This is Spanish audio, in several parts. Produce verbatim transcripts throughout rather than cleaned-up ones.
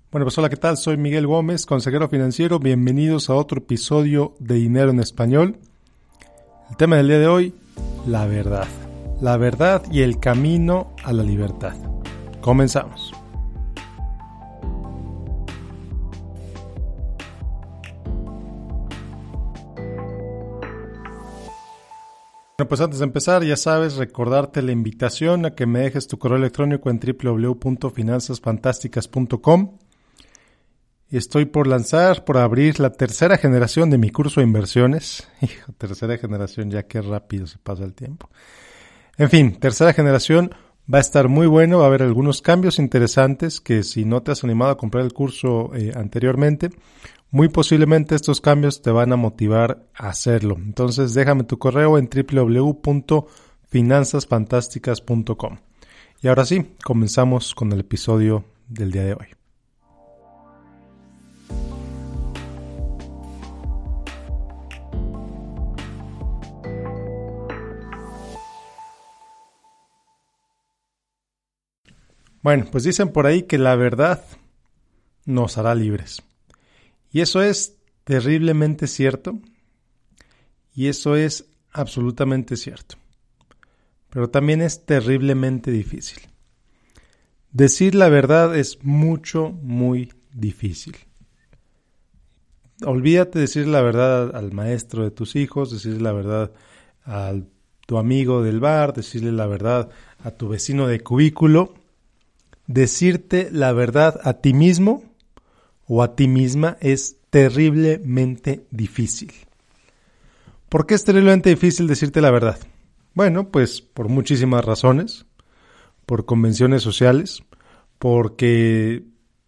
Bueno, pues hola, ¿qué tal? Soy Miguel Gómez, consejero financiero. Bienvenidos a otro episodio de Dinero en Español. El tema del día de hoy, la verdad. La verdad y el camino a la libertad. Comenzamos. Bueno, pues antes de empezar, ya sabes, recordarte la invitación a que me dejes tu correo electrónico en doble u doble u doble u punto finanzas fantásticas punto com. Estoy por lanzar, por abrir la tercera generación de mi curso de inversiones. Hijo, tercera generación, ya qué rápido se pasa el tiempo. En fin, tercera generación va a estar muy bueno, va a haber algunos cambios interesantes que si no te has animado a comprar el curso eh, anteriormente, muy posiblemente estos cambios te van a motivar a hacerlo. Entonces déjame tu correo en doble u doble u doble u punto finanzas fantásticas punto com. Y ahora sí, comenzamos con el episodio del día de hoy. Bueno, pues dicen por ahí que la verdad nos hará libres. Y eso es terriblemente cierto. Y eso es absolutamente cierto. Pero también es terriblemente difícil. Decir la verdad es mucho, muy difícil. Olvídate de decir la verdad al maestro de tus hijos, decir la verdad a tu amigo del bar, decirle la verdad a tu vecino de cubículo. Decirte la verdad a ti mismo o a ti misma es terriblemente difícil. ¿Por qué es terriblemente difícil decirte la verdad? Bueno, pues por muchísimas razones, por convenciones sociales, porque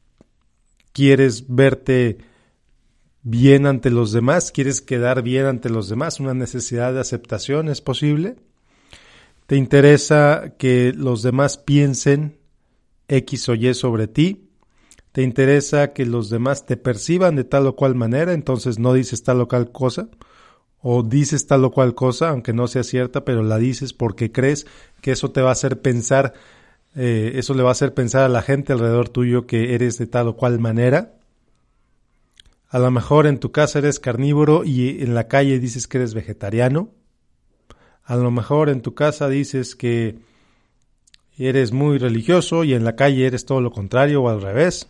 quieres verte bien ante los demás, quieres quedar bien ante los demás, una necesidad de aceptación es posible. Te interesa que los demás piensen X o Y sobre ti, te interesa que los demás te perciban de tal o cual manera, entonces no dices tal o cual cosa, o dices tal o cual cosa, aunque no sea cierta, pero la dices porque crees que eso te va a hacer pensar, eh, eso le va a hacer pensar a la gente alrededor tuyo que eres de tal o cual manera. A lo mejor en tu casa eres carnívoro y en la calle dices que eres vegetariano. A lo mejor en tu casa dices que eres muy religioso y en la calle eres todo lo contrario o al revés.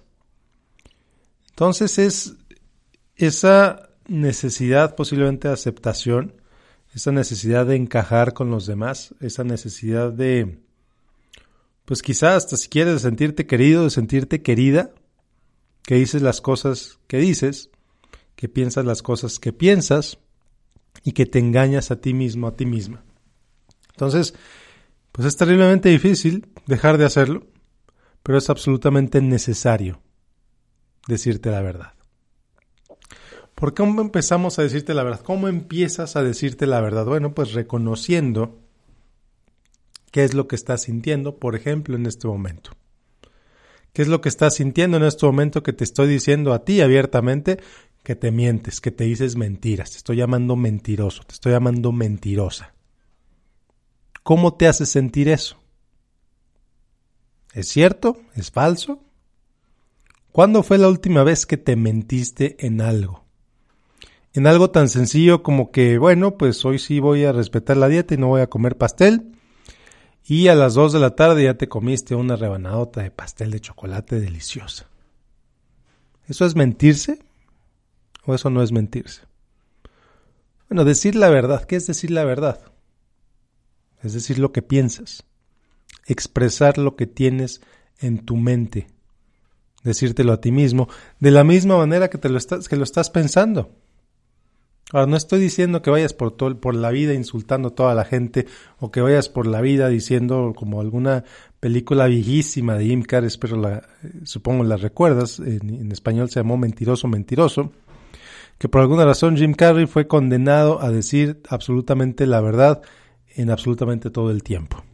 Entonces es esa necesidad posiblemente de aceptación, esa necesidad de encajar con los demás, esa necesidad de, pues quizás hasta si quieres de sentirte querido, de sentirte querida, que dices las cosas que dices, que piensas las cosas que piensas y que te engañas a ti mismo, a ti misma. Entonces, pues es terriblemente difícil dejar de hacerlo, pero es absolutamente necesario decirte la verdad. ¿Por qué empezamos a decirte la verdad? ¿Cómo empiezas a decirte la verdad? Bueno, pues reconociendo qué es lo que estás sintiendo, por ejemplo, en este momento. ¿Qué es lo que estás sintiendo en este momento que te estoy diciendo a ti abiertamente? Que te mientes, que te dices mentiras. Te estoy llamando mentiroso, te estoy llamando mentirosa. ¿Cómo te hace sentir eso? ¿Es cierto? ¿Es falso? ¿Cuándo fue la última vez que te mentiste en algo? En algo tan sencillo como que, bueno, pues hoy sí voy a respetar la dieta y no voy a comer pastel. Y a las dos de la tarde ya te comiste una rebanadota de pastel de chocolate deliciosa. ¿Eso es mentirse? ¿O eso no es mentirse? Bueno, decir la verdad. ¿Qué es decir la verdad? Es decir, lo que piensas, expresar lo que tienes en tu mente, decírtelo a ti mismo, de la misma manera que te lo estás, que lo estás pensando. Ahora, no estoy diciendo que vayas por todo, por la vida insultando a toda la gente, o que vayas por la vida diciendo como alguna película viejísima de Jim Carrey, espero la, supongo la recuerdas, en, en español se llamó Mentiroso, Mentiroso, que por alguna razón Jim Carrey fue condenado a decir absolutamente la verdad en absolutamente todo el tiempo.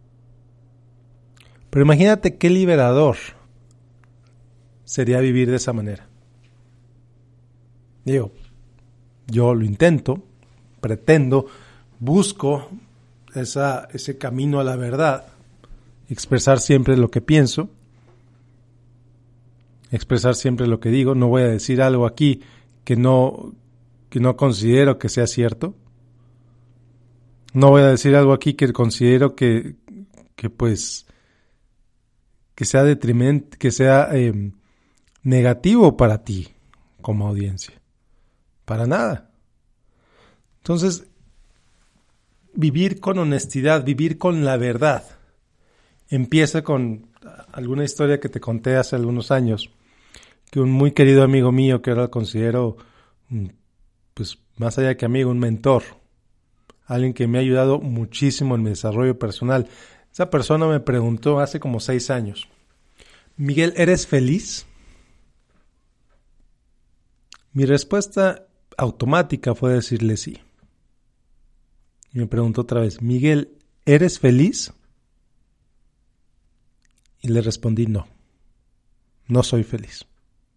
Pero imagínate qué liberador sería vivir de esa manera. Digo, yo lo intento, pretendo, busco esa, ese camino a la verdad, expresar siempre lo que pienso. expresar siempre lo que digo. No voy a decir algo aquí que no, que no considero que sea cierto. No voy a decir algo aquí que considero que, que pues, que sea detrimente, que sea eh, negativo para ti como audiencia. Para nada. Entonces, vivir con honestidad, vivir con la verdad. Empieza con alguna historia que te conté hace algunos años, que un muy querido amigo mío, que ahora considero, pues más allá que amigo, un mentor, alguien que me ha ayudado muchísimo en mi desarrollo personal. Esa persona me preguntó hace como seis años, Miguel, ¿eres feliz? Mi respuesta automática fue decirle sí. Y me preguntó otra vez, Miguel, ¿eres feliz? Y le respondí, no, no soy feliz.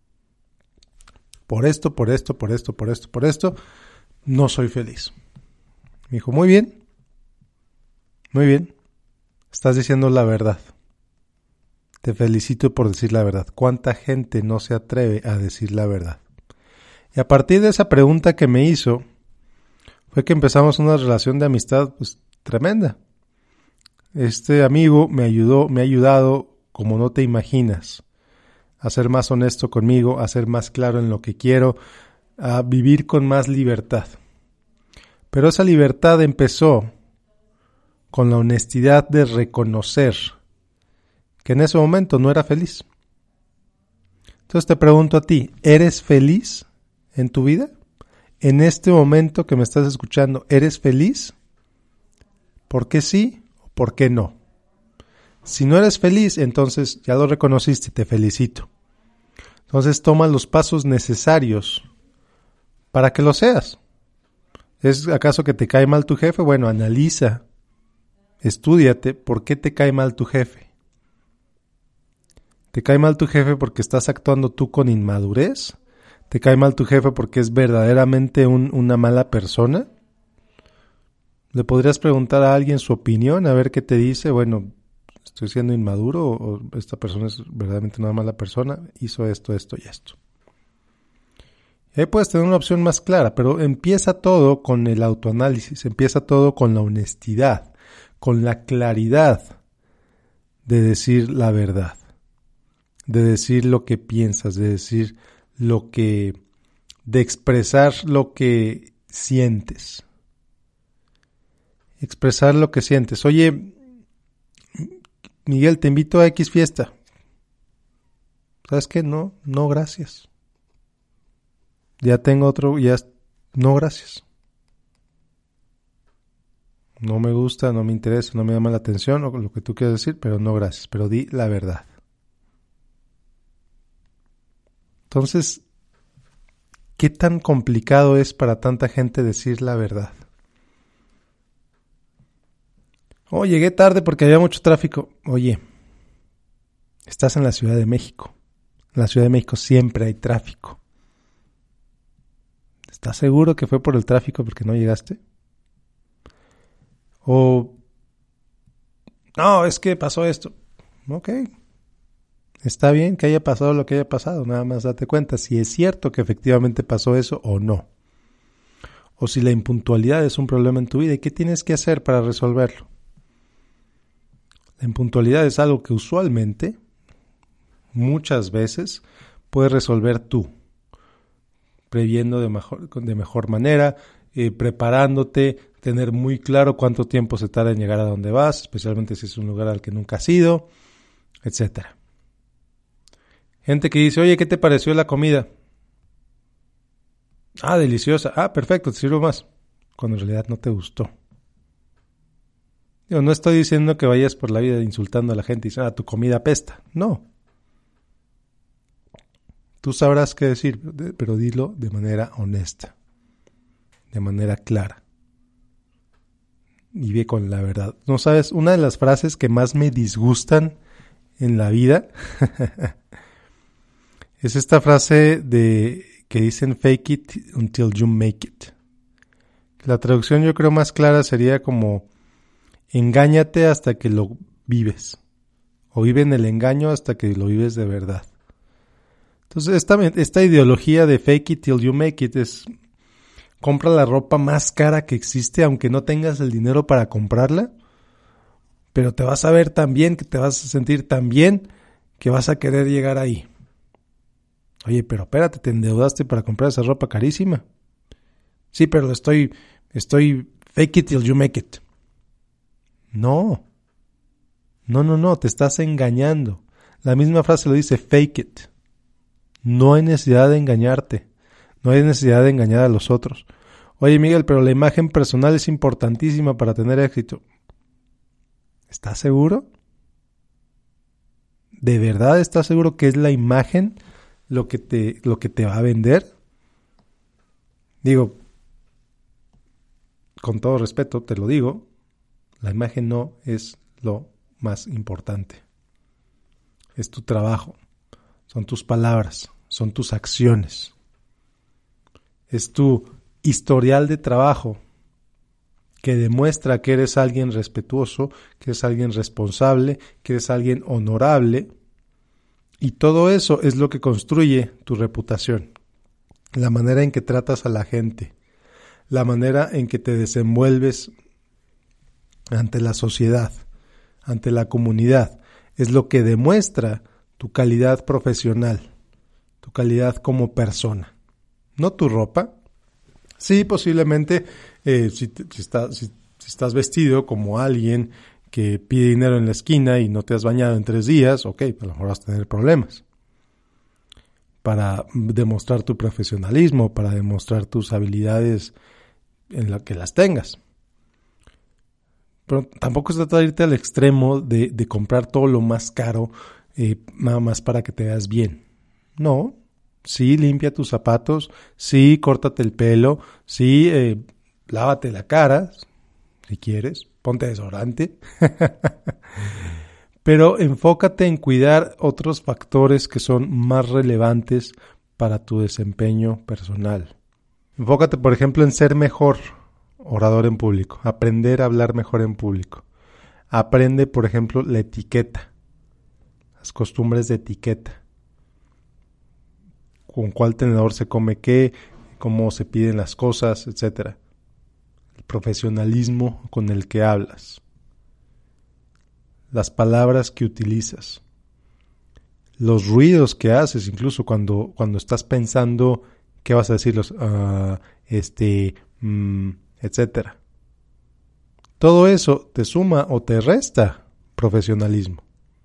Por esto, por esto, por esto, por esto, por esto, no soy feliz. Me dijo, muy bien, muy bien, estás diciendo la verdad. Te felicito por decir la verdad. ¿Cuánta gente no se atreve a decir la verdad? Y a partir de esa pregunta que me hizo, fue que empezamos una relación de amistad pues tremenda. Este amigo me ayudó, me ha ayudado como no te imaginas, a ser más honesto conmigo, a ser más claro en lo que quiero, a vivir con más libertad. Pero esa libertad empezó con la honestidad de reconocer que en ese momento no era feliz. Entonces te pregunto a ti, ¿eres feliz en tu vida? En este momento que me estás escuchando, ¿eres feliz? ¿Por qué sí o por qué no? Si no eres feliz, entonces ya lo reconociste, te felicito. Entonces toma los pasos necesarios para que lo seas. ¿Es acaso que te cae mal tu jefe? Bueno, analiza, estúdiate por qué te cae mal tu jefe. ¿Te cae mal tu jefe porque estás actuando tú con inmadurez? ¿Te cae mal tu jefe porque es verdaderamente un, una mala persona? ¿Le podrías preguntar a alguien su opinión, a ver qué te dice? Bueno, ¿estoy siendo inmaduro o esta persona es verdaderamente una mala persona? Hizo esto, esto y esto. Y ahí puedes tener una opción más clara, pero empieza todo con el autoanálisis, empieza todo con la honestidad, con la claridad de decir la verdad, de decir lo que piensas, de decir lo que, de expresar lo que sientes. Expresar lo que sientes. Oye, Miguel, te invito a X fiesta. ¿Sabes qué? No, no, gracias. Ya tengo otro, ya, no, gracias. No me gusta, no me interesa, no me llama la atención, o lo que tú quieras decir, pero no, gracias. Pero di la verdad. Entonces, ¿qué tan complicado es para tanta gente decir la verdad? Oh, llegué tarde porque había mucho tráfico. Oye, estás en la Ciudad de México. En la Ciudad de México siempre hay tráfico. ¿Estás seguro que fue por el tráfico porque no llegaste? O, no, es que pasó esto. Ok. Está bien que haya pasado lo que haya pasado, nada más date cuenta si es cierto que efectivamente pasó eso o no. O si la impuntualidad es un problema en tu vida y qué tienes que hacer para resolverlo. La impuntualidad es algo que usualmente, muchas veces, puedes resolver tú, previendo de mejor, de mejor manera, eh, preparándote, tener muy claro cuánto tiempo se tarda en llegar a donde vas, especialmente si es un lugar al que nunca has ido, etcétera. Gente que dice, oye, ¿qué te pareció la comida? Ah, deliciosa. Ah, perfecto, te sirvo más. Cuando en realidad no te gustó. Yo no estoy diciendo que vayas por la vida insultando a la gente y diciendo, ah, tu comida apesta. No. Tú sabrás qué decir, pero dilo de manera honesta. De manera clara. Y ve con la verdad. No sabes, una de las frases que más me disgustan en la vida es esta frase de que dicen fake it until you make it. La traducción yo creo más clara sería como engáñate hasta que lo vives. O vive en el engaño hasta que lo vives de verdad. Entonces, esta, esta ideología de fake it till you make it es: compra la ropa más cara que existe aunque no tengas el dinero para comprarla, pero te vas a ver tan bien, que te vas a sentir tan bien, que vas a querer llegar ahí. Oye, pero espérate, te endeudaste para comprar esa ropa carísima. Sí, pero estoy, estoy fake it till you make it. No, no, no, no, te estás engañando. La misma frase lo dice, fake it. No hay necesidad de engañarte. No hay necesidad de engañar a los otros. Oye, Miguel, pero la imagen personal es importantísima para tener éxito. ¿Estás seguro? ¿De verdad estás seguro que es la imagen lo que te, lo que te va a vender? Digo, con todo respeto te lo digo, la imagen no es lo más importante. Es tu trabajo, son tus palabras, son tus acciones. Es tu historial de trabajo que demuestra que eres alguien respetuoso, que eres alguien responsable, que eres alguien honorable. Y todo eso es lo que construye tu reputación. La manera en que tratas a la gente, la manera en que te desenvuelves ante la sociedad, ante la comunidad, es lo que demuestra tu calidad profesional, tu calidad como persona. No tu ropa. Sí, posiblemente eh, si, si, está, si, si estás vestido como alguien que pide dinero en la esquina y no te has bañado en tres días, ok, a lo mejor vas a tener problemas. Para demostrar tu profesionalismo, para demostrar tus habilidades en la que las tengas. Pero tampoco se trata de irte al extremo de, de comprar todo lo más caro eh, nada más para que te veas bien. No. Sí, limpia tus zapatos, sí, córtate el pelo, sí, eh, lávate la cara, si quieres, ponte desodorante. Pero enfócate en cuidar otros factores que son más relevantes para tu desempeño personal. Enfócate, por ejemplo, en ser mejor orador en público, aprender a hablar mejor en público. Aprende, por ejemplo, la etiqueta, las costumbres de etiqueta. Con cuál tenedor se come qué, cómo se piden las cosas, etcétera. El profesionalismo con el que hablas. Las palabras que utilizas. Los ruidos que haces, incluso cuando, cuando estás pensando qué vas a decir, los, uh, este, mm, etcétera. Todo eso te suma o te resta profesionalismo.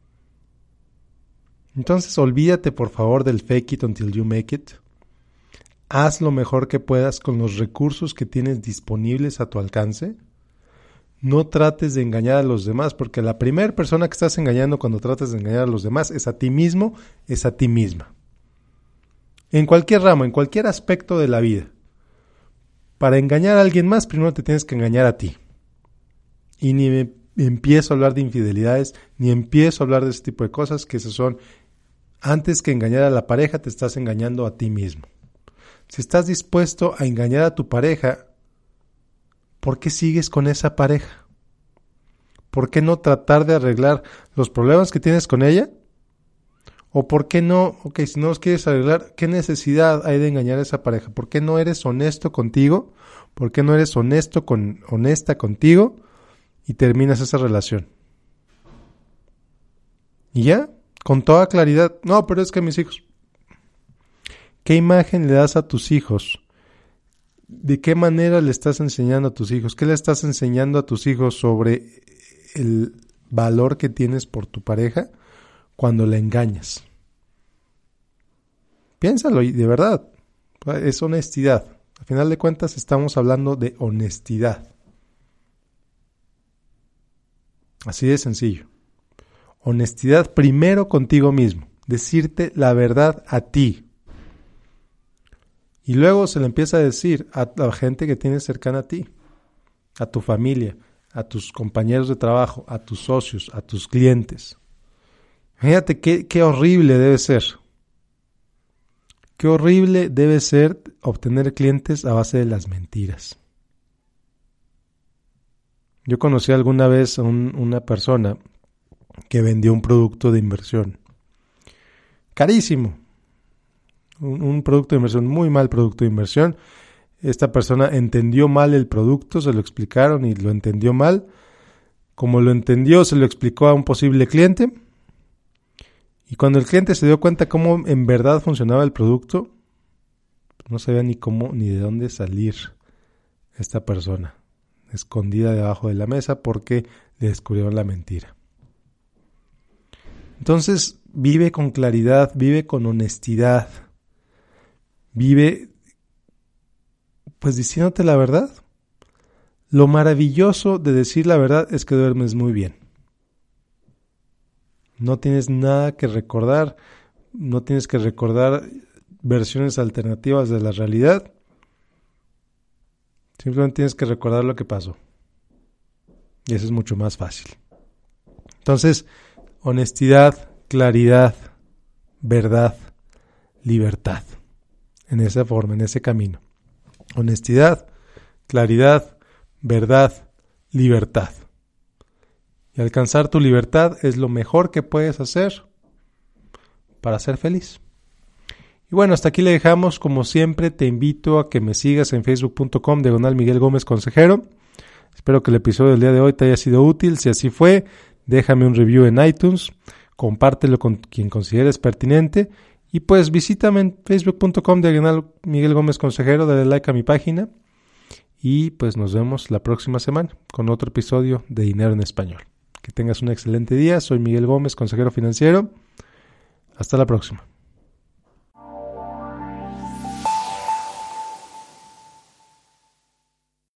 Entonces olvídate por favor del fake it until you make it. Haz lo mejor que puedas con los recursos que tienes disponibles a tu alcance. No trates de engañar a los demás, porque la primera persona que estás engañando cuando tratas de engañar a los demás es a ti mismo, es a ti misma. En cualquier ramo, en cualquier aspecto de la vida. Para engañar a alguien más, primero te tienes que engañar a ti. Y ni me empiezo a hablar de infidelidades, ni empiezo a hablar de ese tipo de cosas, que esas son... Antes que engañar a la pareja, te estás engañando a ti mismo. Si estás dispuesto a engañar a tu pareja, ¿por qué sigues con esa pareja? ¿Por qué no tratar de arreglar los problemas que tienes con ella? ¿O por qué no, ok, si no los quieres arreglar, qué necesidad hay de engañar a esa pareja? ¿Por qué no eres honesto contigo? ¿Por qué no eres honesto con, honesta contigo y terminas esa relación? ¿Y ya? Con toda claridad. No, pero es que mis hijos... ¿Qué imagen le das a tus hijos? ¿De qué manera le estás enseñando a tus hijos? ¿Qué le estás enseñando a tus hijos sobre el valor que tienes por tu pareja cuando la engañas? Piénsalo y de verdad, es honestidad. Al final de cuentas estamos hablando de honestidad. Así de sencillo. Honestidad primero contigo mismo. Decirte la verdad a ti. Y luego se le empieza a decir a la gente que tienes cercana a ti. A tu familia, a tus compañeros de trabajo, a tus socios, a tus clientes. Fíjate qué, qué horrible debe ser. Qué horrible debe ser obtener clientes a base de las mentiras. Yo conocí alguna vez a un, una persona que vendió un producto de inversión. Carísimo. un, un producto de inversión, muy mal producto de inversión. Esta persona entendió mal el producto, se lo explicaron y lo entendió mal. Como lo entendió, se lo explicó a un posible cliente. Y cuando el cliente se dio cuenta cómo en verdad funcionaba el producto, no sabía ni cómo ni de dónde salir esta persona, escondida debajo de la mesa porque le descubrieron la mentira. Entonces, vive con claridad, vive con honestidad, vive pues diciéndote la verdad. Lo maravilloso de decir la verdad es que duermes muy bien. No tienes nada que recordar, no tienes que recordar versiones alternativas de la realidad. Simplemente tienes que recordar lo que pasó. Y eso es mucho más fácil. Entonces, honestidad, claridad, verdad, libertad. En esa forma, en ese camino. Honestidad, claridad, verdad, libertad. Y alcanzar tu libertad es lo mejor que puedes hacer para ser feliz. Y bueno, hasta aquí le dejamos. Como siempre, te invito a que me sigas en facebook punto com diagonal Miguel Gómez Consejero. Espero que el episodio del día de hoy te haya sido útil. Si así fue, déjame un review en iTunes, compártelo con quien consideres pertinente y pues visítame en facebook punto com diagonal Miguel Gómez Consejero, dale like a mi página y pues nos vemos la próxima semana con otro episodio de Dinero en Español. Que tengas un excelente día. Soy Miguel Gómez, consejero financiero. Hasta la próxima.